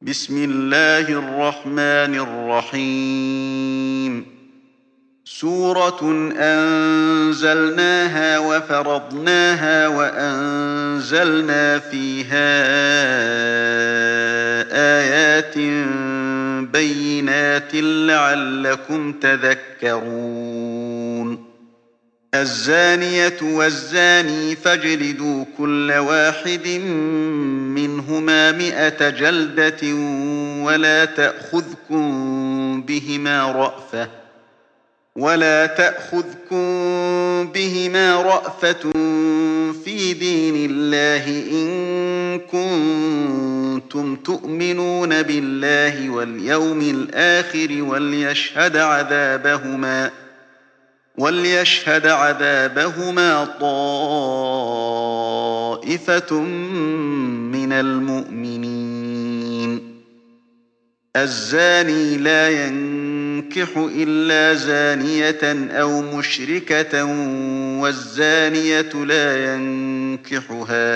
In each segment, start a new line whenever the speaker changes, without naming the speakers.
بسم الله الرحمن الرحيم سورة أنزلناها وفرضناها وأنزلنا فيها آيات بينات لعلكم تذكرون الزانية والزاني فاجلدوا كل واحد منهما 100 جلدة ولا تأخذكم بهما رأفة في دين الله إن كنتم تؤمنون بالله واليوم الآخر وليشهد عذابهما طائفة من المؤمنين الزاني لا ينكح إلا زانية أو مشركة والزانية لا ينكحها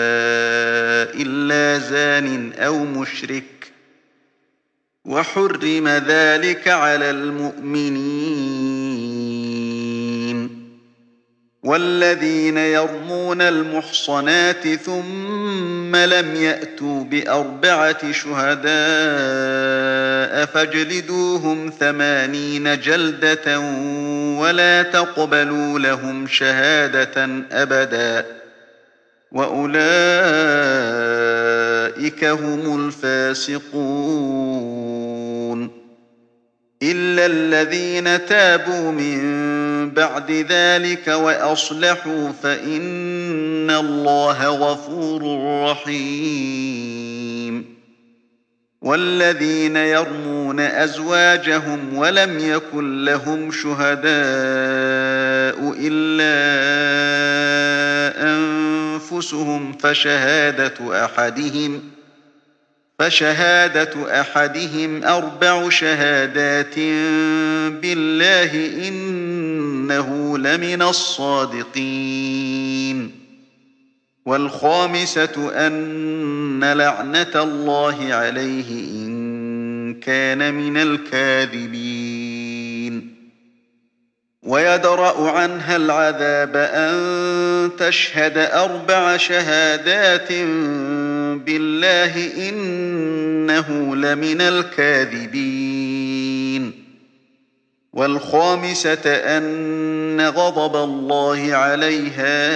إلا زان أو مشرك وحرم ذلك على المؤمنين والذين يرمون المحصنات ثم لم يأتوا ب4 شهداء فاجلدوهم 80 جلدة ولا تقبلوا لهم شهادة أبدا وأولئك هم الفاسقون إلا الذين تابوا من بعد ذلك وأصلحوا فإن الله غفور رحيم والذين يرمون أزواجهم ولم يكن لهم شهداء إلا أنفسهم فشهادة أحدهم 4 شهادات بالله إنه لمن الصادقين والخامسة أن لعنة الله عليه إن كان من الكاذبين ويدرأ عنها العذاب أن تشهد 4 شهادات بالله إنه لمن الكاذبين والخامسة أن غضب الله عليها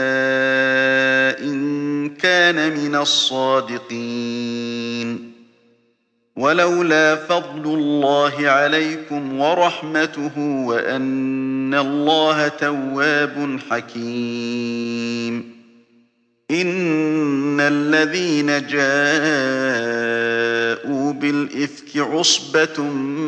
إن كان من الصادقين ولولا فضل الله عليكم ورحمته وأن الله تواب حكيم إن الذين جاءوا بالإفك عصبة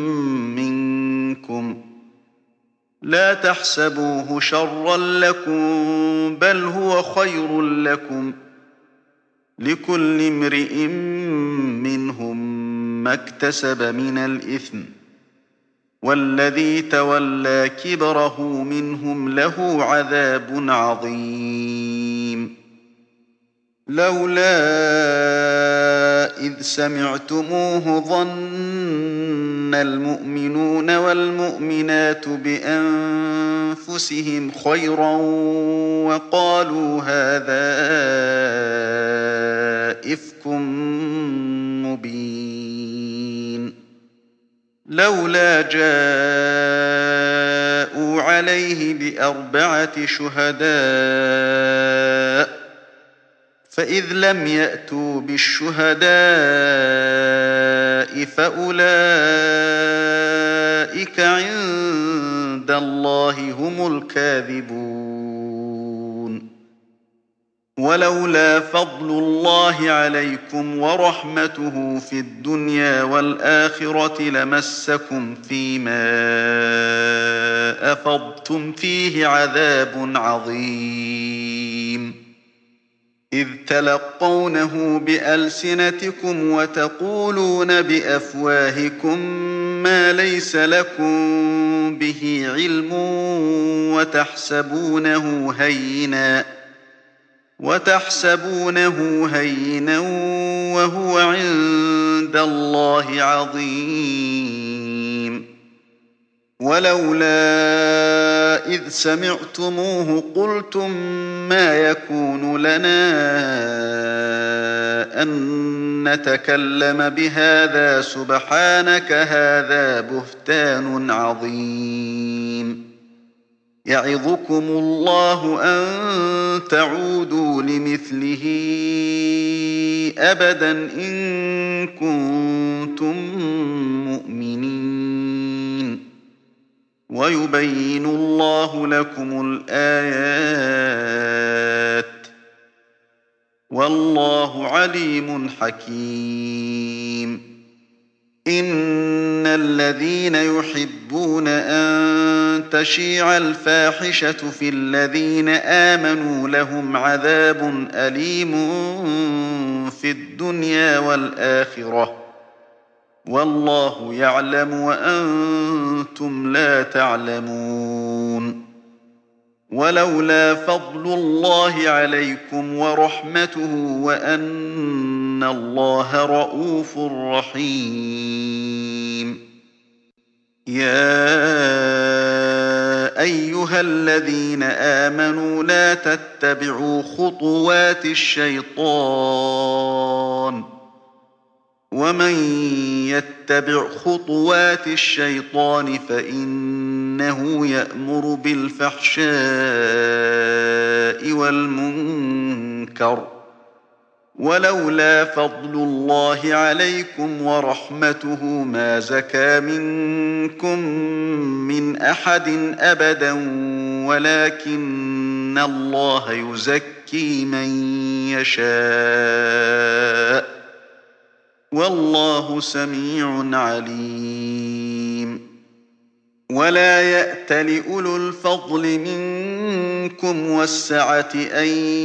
منكم لا تحسبوه شرا لكم بل هو خير لكم لكل امرئ منهم ما اكتسب من الإثم والذي تولى كبره منهم له عذاب عظيم لولا إذ سمعتموه ظن المؤمنون والمؤمنات بأنفسهم خيرا وقالوا هذا إفك مبين لولا جاءوا عليه ب4 شهداء فإذ لم يأتوا بالشهداء فأولئك عند الله هم الكاذبون ولولا فضل الله عليكم ورحمته في الدنيا والآخرة لمسكم فيما أفضتم فيه عذاب عظيم إذ تلقونه بألسنتكم وتقولون بأفواهكم ما ليس لكم به علم وتحسبونه هينا وهو عند عند الله عظيم. ولولا إذ سمعتموه قلتم ما يكون لنا أن نتكلم بهذا سبحانك هذا بهتان عظيم. يعظكم الله أن تعودوا لمثله أبدا إن كنتم مؤمنين. ويبين الله لكم الآيات والله عليم حكيم. إن الذين يحبون أن تشيع الفاحشة في الذين آمنوا لهم عذاب أليم في الدنيا والآخرة والله يعلم وأنتم لا تعلمون. ولولا فضل الله عليكم ورحمته وأن الله رءوف رحيم. يا أيها الذين آمنوا لا تتبعوا خطوات الشيطان ومن يتبع خطوات الشيطان فإنه يأمر بالفحشاء والمنكر. ولولا فضل الله عليكم ورحمته ما زكى منكم من أحد أبدا ولكن الله يزكي من يشاء والله سميع عليم. ولا يأت لأولو الفضل منكم والسعة أن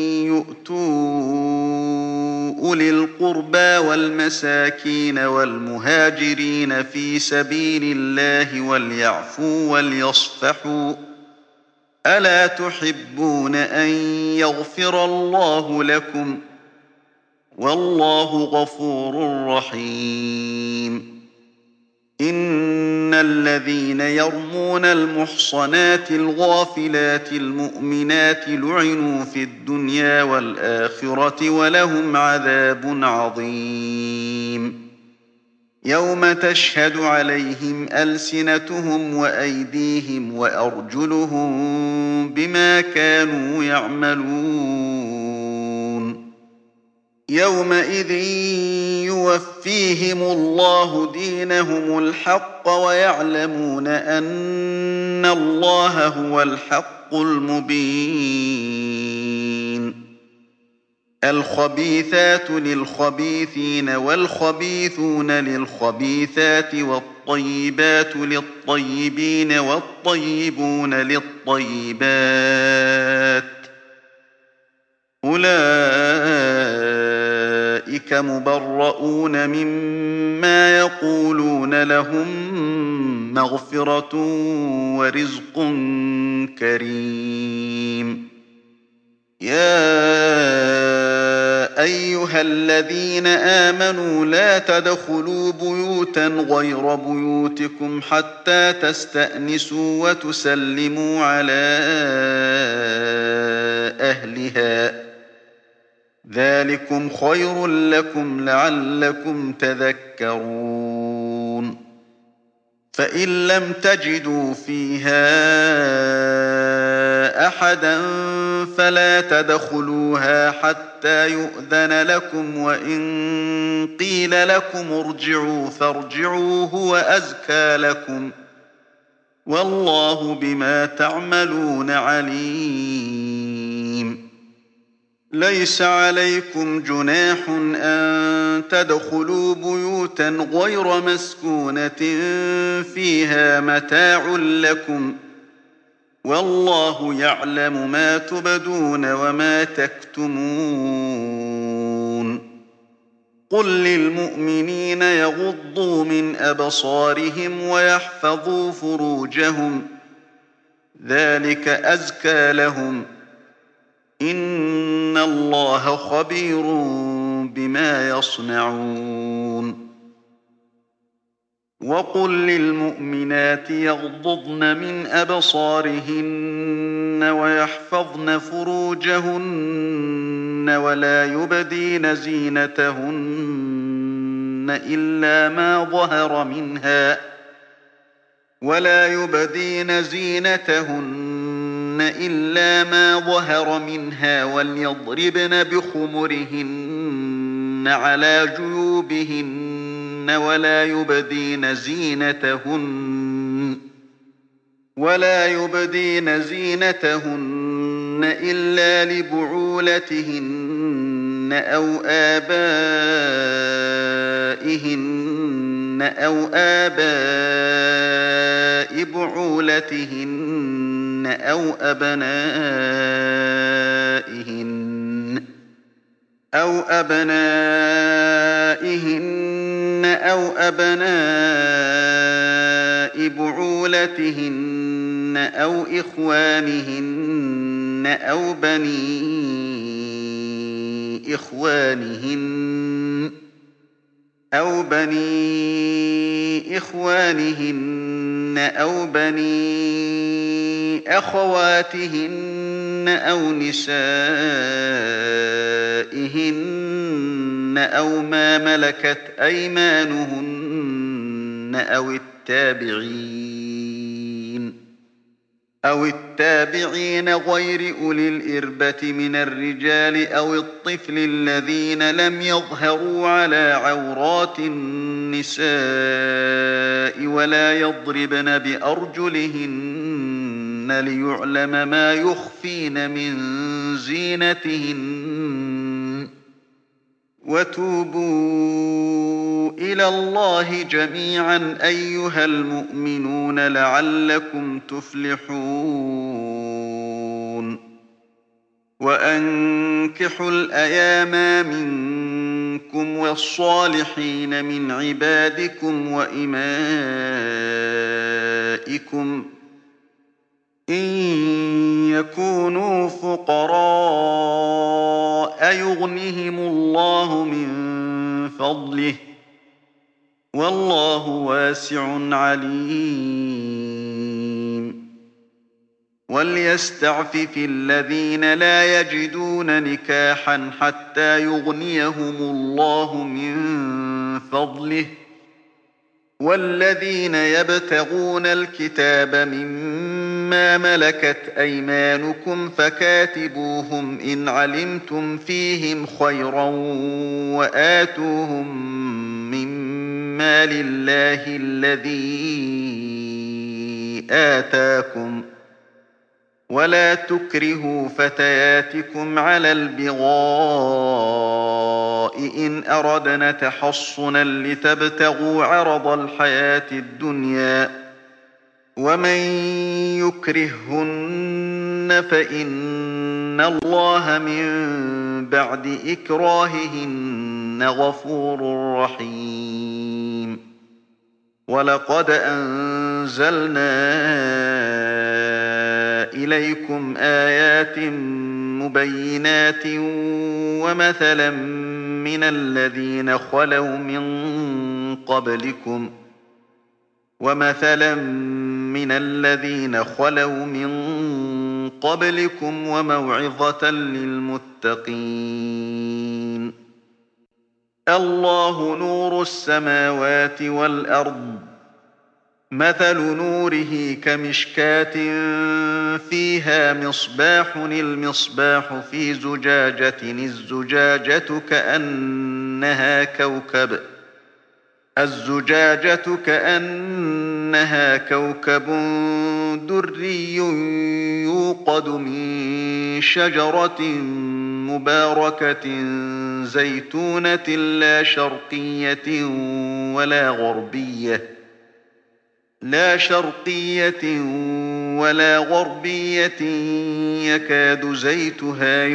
يؤتوا أولي القربى والمساكين والمهاجرين في سبيل الله وليعفوا وليصفحوا ألا تحبون أن يغفر الله لكم والله غفور رحيم. إن الذين يرمون المحصنات الغافلات المؤمنات لعنوا في الدنيا والآخرة ولهم عذاب عظيم. يوم تشهد عليهم ألسنتهم وأيديهم وأرجلهم بما كانوا يعملون. يومئذ يوفيهم الله دينهم الحق ويعلمون أن الله هو الحق المبين. الخبيثات للخبيثين والخبيثون للخبيثات والطيبات للطيبين والطيبون للطيبات أولئك مبرؤون مما يقولون لهم مغفرة ورزق كريم. يا أيها الذين آمنوا لا تدخلوا بيوتا غير بيوتكم حتى تستأنسوا وتسلموا على أهلها ذلكم خير لكم لعلكم تذكرون. فإن لم تجدوا فيها أحدا فلا تدخلوها حتى يؤذن لكم وإن قيل لكم ارجعوا فارجعوا هو أزكى لكم والله بما تعملون عليم. ليس عليكم جناح أن تدخلوا بيوتا غير مسكونة فيها متاع لكم والله يعلم ما تبدون وما تكتمون. قل للمؤمنين يغضوا من أبصارهم ويحفظوا فروجهم ذلك أزكى لهم إن الله خبير بما يصنعون. وقل للمؤمنات يغضضن من أبصارهن ويحفظن فروجهن ولا يبدين زينتهن إلا ما ظهر منها وليضربن بخمرهن على جيوبهن ولا يبدين زينتهن إلا لبعولتهن أو آباء بعولتهن أو أبنائهن أو أبناء بعولتهن أو إخوانهن أو بني إخوانهن أو بني أخواتهن أو نسائهن أو ما ملكت أيمانهن أو التابعين غير أولي الإربة من الرجال أو الطفل الذين لم يظهروا على عورات النساء ولا يضربن بأرجلهن ليعلم ما يخفين من زينتهن وتوبوا إلى الله جميعا أيها المؤمنون لعلكم تفلحون وأنكحوا الأيام منكم والصالحين من عبادكم وإمائكم إن يكونوا فقراء يغنهم الله من فضله والله واسع عليم وليستعفف الذين لا يجدون نكاحا حتى يغنيهم الله من فضله والذين يبتغون الكتاب مما ملكت أيمانكم فكاتبوهم إن علمتم فيهم خيرا وآتوهم مما لله الذي آتاكم ولا تكرهوا فتياتكم على البغاء إن أردنا تحصنا لتبتغوا عرض الحياة الدنيا ومن يكرههن فإن الله من بعد إكراههن غفور رحيم ولقد أنزلنا إليكم آيات مبينات ومثلا من الذين خلوا من قبلكم وموعظة للمتقين الله نور السماوات والأرض مثل نوره كمشكاة فيها مصباح المصباح في زجاجة الزجاجة كأنها كوكب دري يوقد من شجرة مباركة زيتونة لا شرقية ولا غربية يكاد زيتها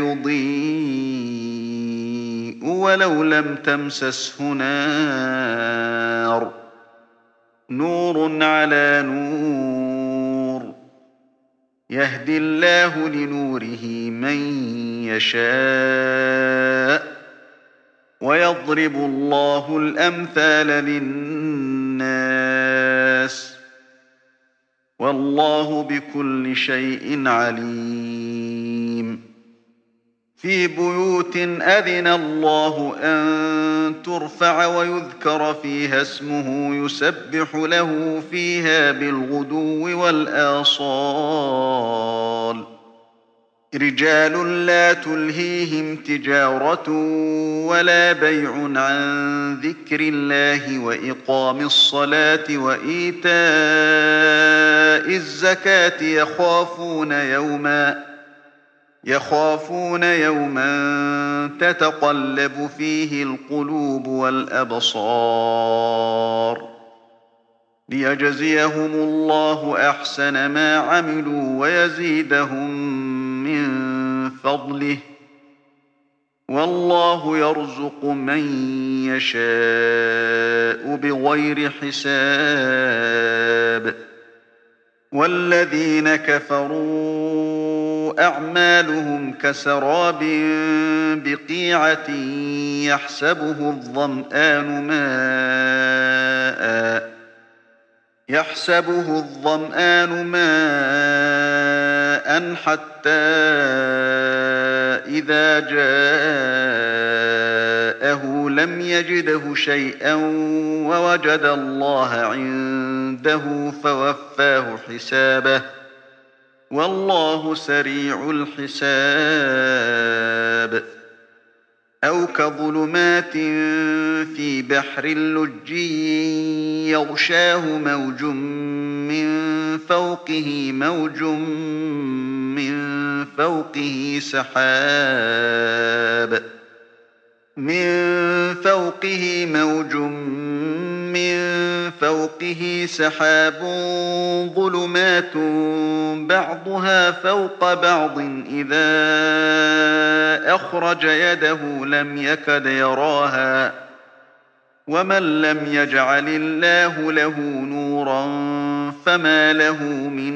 يضيء ولو لم تمسسه نار نور على نور يهدي الله لنوره من يشاء ويضرب الله الأمثال للناس الناس والله بكل شيء عليم في بيوت أذن الله أن ترفع ويذكر فيها اسمه يسبح له فيها بالغدو والآصال رجال لا تلهيهم تجارة ولا بيع عن ذكر الله وإقام الصلاة وإيتاء الزكاة يخافون يوما تتقلب فيه القلوب والأبصار ليجزيهم الله أحسن ما عملوا ويزيدهم من فضله والله يرزق من يشاء بغير حساب والذين كفروا أعمالهم كسراب بقيعة يحسبه الظمآن ماء حتى إذا جاءه لم يجده شيئا ووجد الله عنده فوفاه حسابه والله سريع الحساب أو كظلمات في بحر لجي يغشاه موج من فوقه سحاب ظلمات بعضها فوق بعض إذا أخرج يده لم يكد يراها ومن لم يجعل الله له نورا فما له من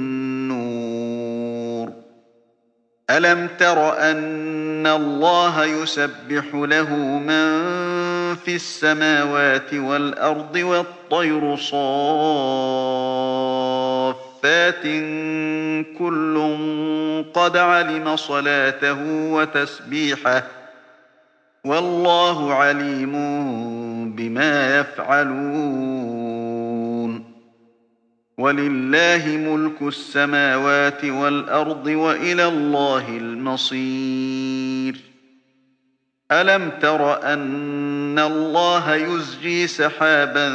نور ألم تر أن الله يسبح له من في السماوات والأرض والطير صافات كل قد علم صلاته وتسبيحه والله عليم بما يفعلون ولله ملك السماوات والأرض وإلى الله المصير ألم تر أن الله يزجي سحابا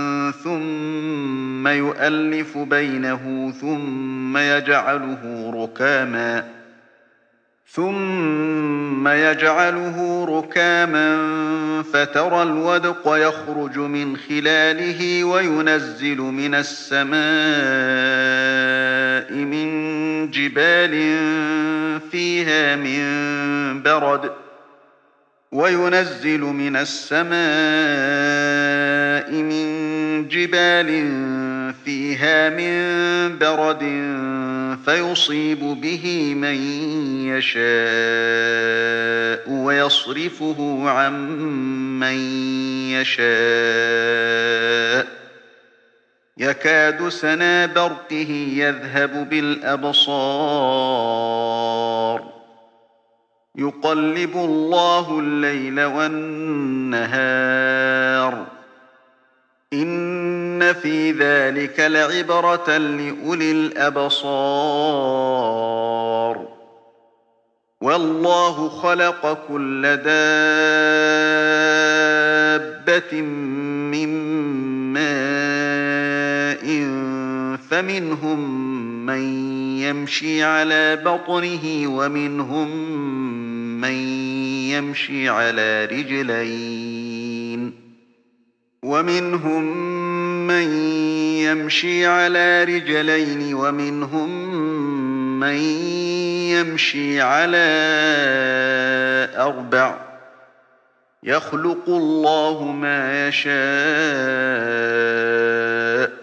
ثم يؤلف بينه ثم يجعله ركاما فترى الودق يخرج من خلاله وينزل من السماء من جبال فيها من برد فيصيب به من يشاء ويصرفه عن من يشاء يكاد سنا برقه يذهب بالأبصار يقلب الله الليل والنهار إن في ذلك لعبرة لأولي الأبصار والله خلق كل دابة من ماء فمنهم من يمشي على بطنه ومنهم من يمشي على رجلين ومنهم من يمشي على أربع يخلق الله ما يشاء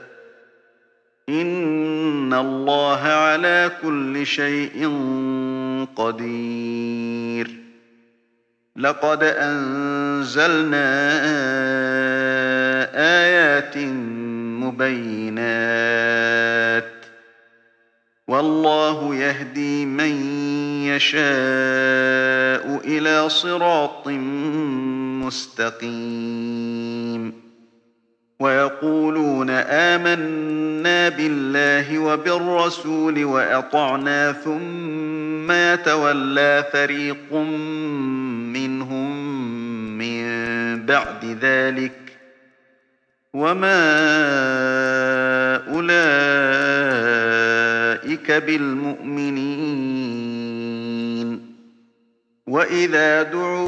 إن الله على كل شيء قدير لقد أنزلنا آيات بينات والله يهدي من يشاء إلى صراط مستقيم ويقولون آمنا بالله وبالرسول وأطعنا ثم يتولى فريق منهم من بعد ذلك وما أولئك بالمؤمنين وإذا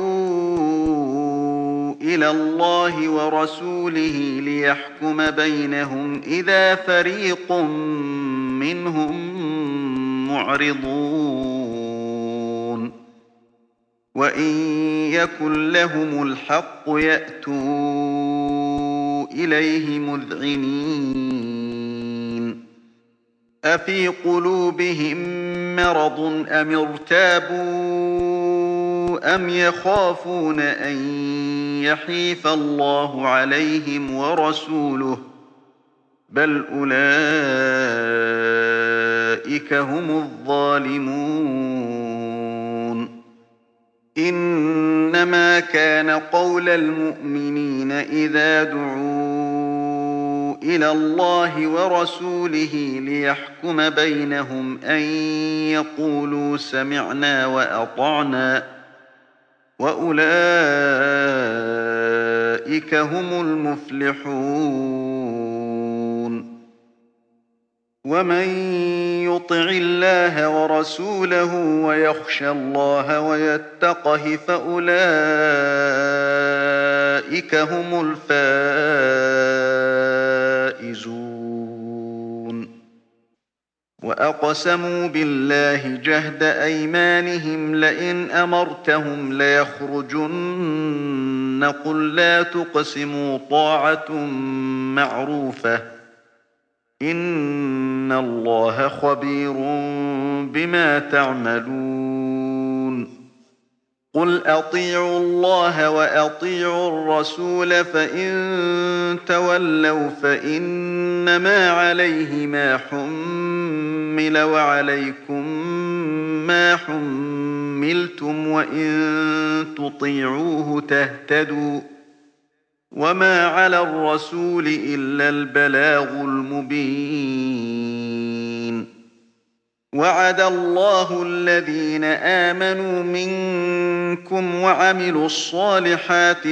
دعوا إلى الله ورسوله ليحكم بينهم إذا فريق منهم معرضون وإن يكن لهم الحق يأتوا إليه مذعنين أفي قلوبهم مرض أم ارتابوا أم يخافون أن يحيف الله عليهم ورسوله بل أولئك هم الظالمون إنما كان قول المؤمنين إذا دعوا إلى الله ورسوله ليحكم بينهم أن يقولوا سمعنا وأطعنا وأولئك هم المفلحون ومن يطع الله ورسوله ويخشى الله ويتقه فأولئك هم الفائزون وأقسموا بالله جهد أيمانهم لئن أمرتهم ليخرجن قل لا تقسموا طاعة معروفة إن الله خبير بما تعملون قل أطيعوا الله وأطيعوا الرسول فإن تولوا فإنما عليه ما حمل وعليكم ما حملتم وإن تطيعوه تهتدوا وما على الرسول إلا البلاغ المبين وعد الله الذين آمنوا منكم وعملوا الصالحات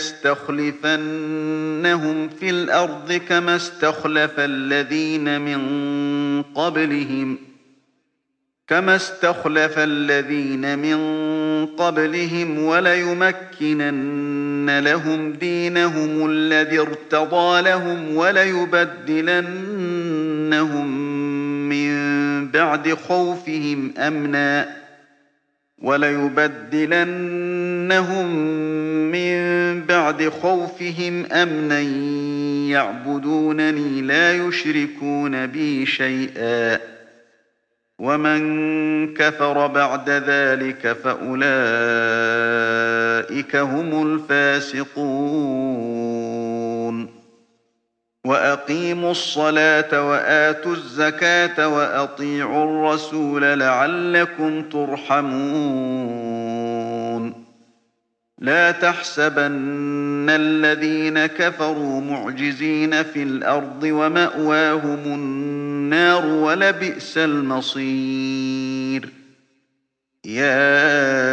ليستخلفنهم في الأرض كما استخلف الذين من قبلهم وليمكنن لهم دينهم الذي ارتضى لهم وليبدلنهم من بعد خوفهم أمنا يعبدونني لا يشركون بي شيئا ومن كفر بعد ذلك فأولئك هم الفاسقون وأقيموا الصلاة وآتوا الزكاة وأطيعوا الرسول لعلكم ترحمون لا تحسبن الذين كفروا معجزين في الأرض ومأواهم النار ولبئس المصير يا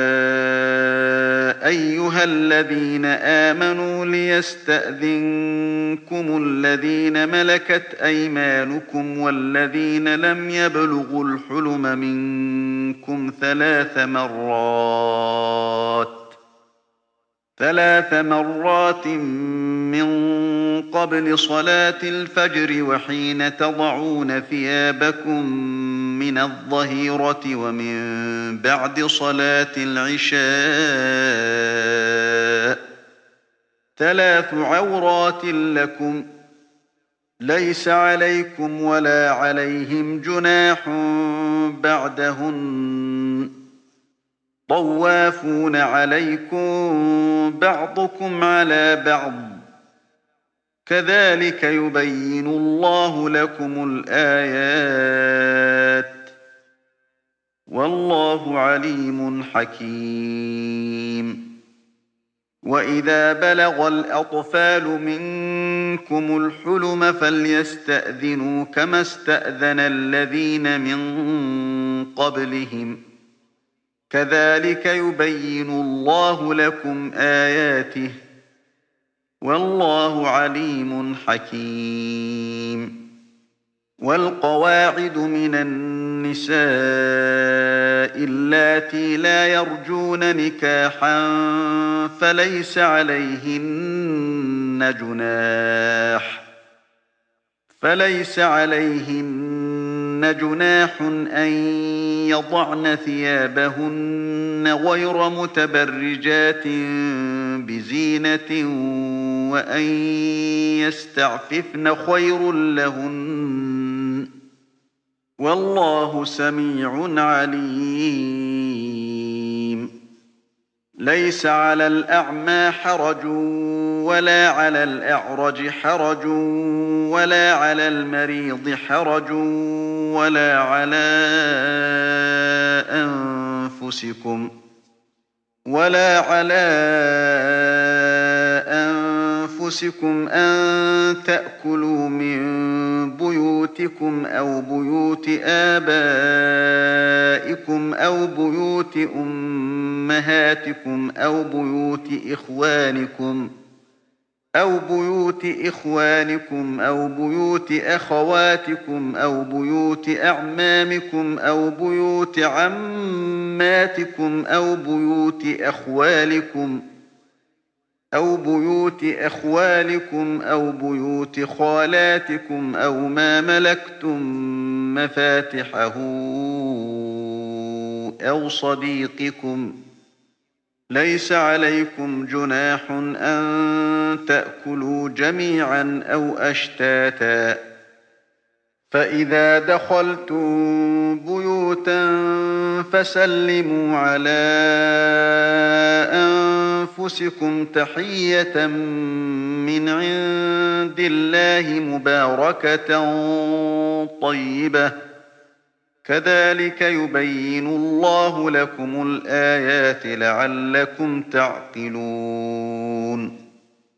أيها الذين آمنوا ليستأذنكم الذين ملكت أيمانكم والذين لم يبلغوا الحلم منكم ثلاث مرات من قبل صلاة الفجر وحين تضعون ثيابكم من الظهيرة ومن بعد صلاة العشاء 3 عورات لكم ليس عليكم ولا عليهم جناح بعدهن طوافون عليكم بعضكم على بعض كذلك يبين الله لكم الآيات والله عليم حكيم وإذا بلغ الأطفال منكم الحلم فليستأذنوا كما استأذن الذين من قبلهم كذلك يبين الله لكم آياته والله عليم حكيم والقواعد من النساء اللاتي لا يرجون نكاحا فليس عليهن جناح أن يضعن ثيابهن غير متبرجات بزينة وأن يستعففن خير لهن والله سميع عليم ليس على الأعمى حرج ولا على الأعرج حرج ولا على المريض حرج ولا على أنفسكم أن تأكلوا من بيوتكم أو بيوت آبائكم أو بيوت أمهاتكم أو بيوت إخوانكم أو بيوت أخواتكم أو بيوت أعمامكم أو بيوت عماتكم أو بيوت أخوالكم أو بيوت خالاتكم أو ما ملكتم مفاتحه أو صديقكم ليس عليكم جناح أن تأكلوا جميعا أو أشتاتا فإذا دخلتم بيوتا فسلموا على أنفسكم تحية من عند الله مباركة طيبة كذلك يبين الله لكم الآيات لعلكم تعقلون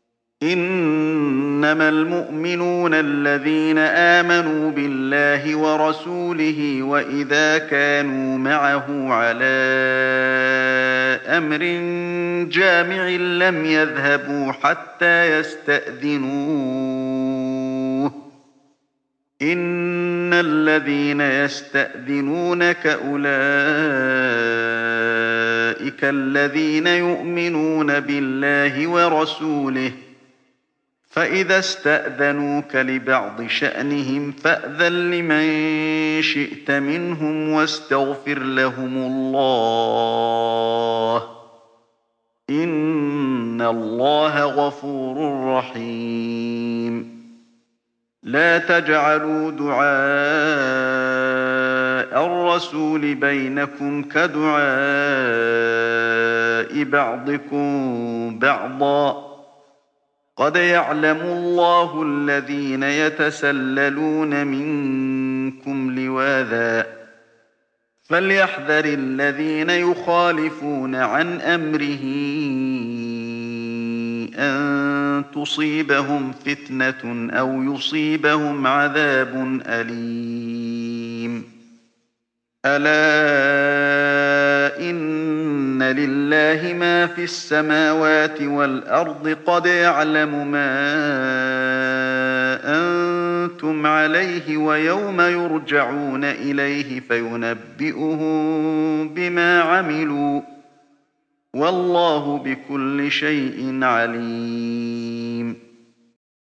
إنما المؤمنون الذين آمنوا بالله ورسوله وإذا كانوا معه على أمر جامع لم يذهبوا حتى يستأذنوه إن الذين يستأذنونك أولئك الذين يؤمنون بالله ورسوله فإذا استأذنوك لبعض شأنهم فأذن لمن شئت منهم واستغفر لهم الله إن الله غفور رحيم لا تجعلوا دعاء الرسول بينكم كدعاء بعضكم بعضا قد يعلم الله الذين يتسللون منكم لواذا فليحذر الذين يخالفون عن أمره أن تصيبهم فتنة أو يصيبهم عذاب أليم ألا إن لله ما في السماوات والأرض قد يعلم ما أنتم عليه ويوم يرجعون إليه فينبئهم بما عملوا والله بكل شيء عليم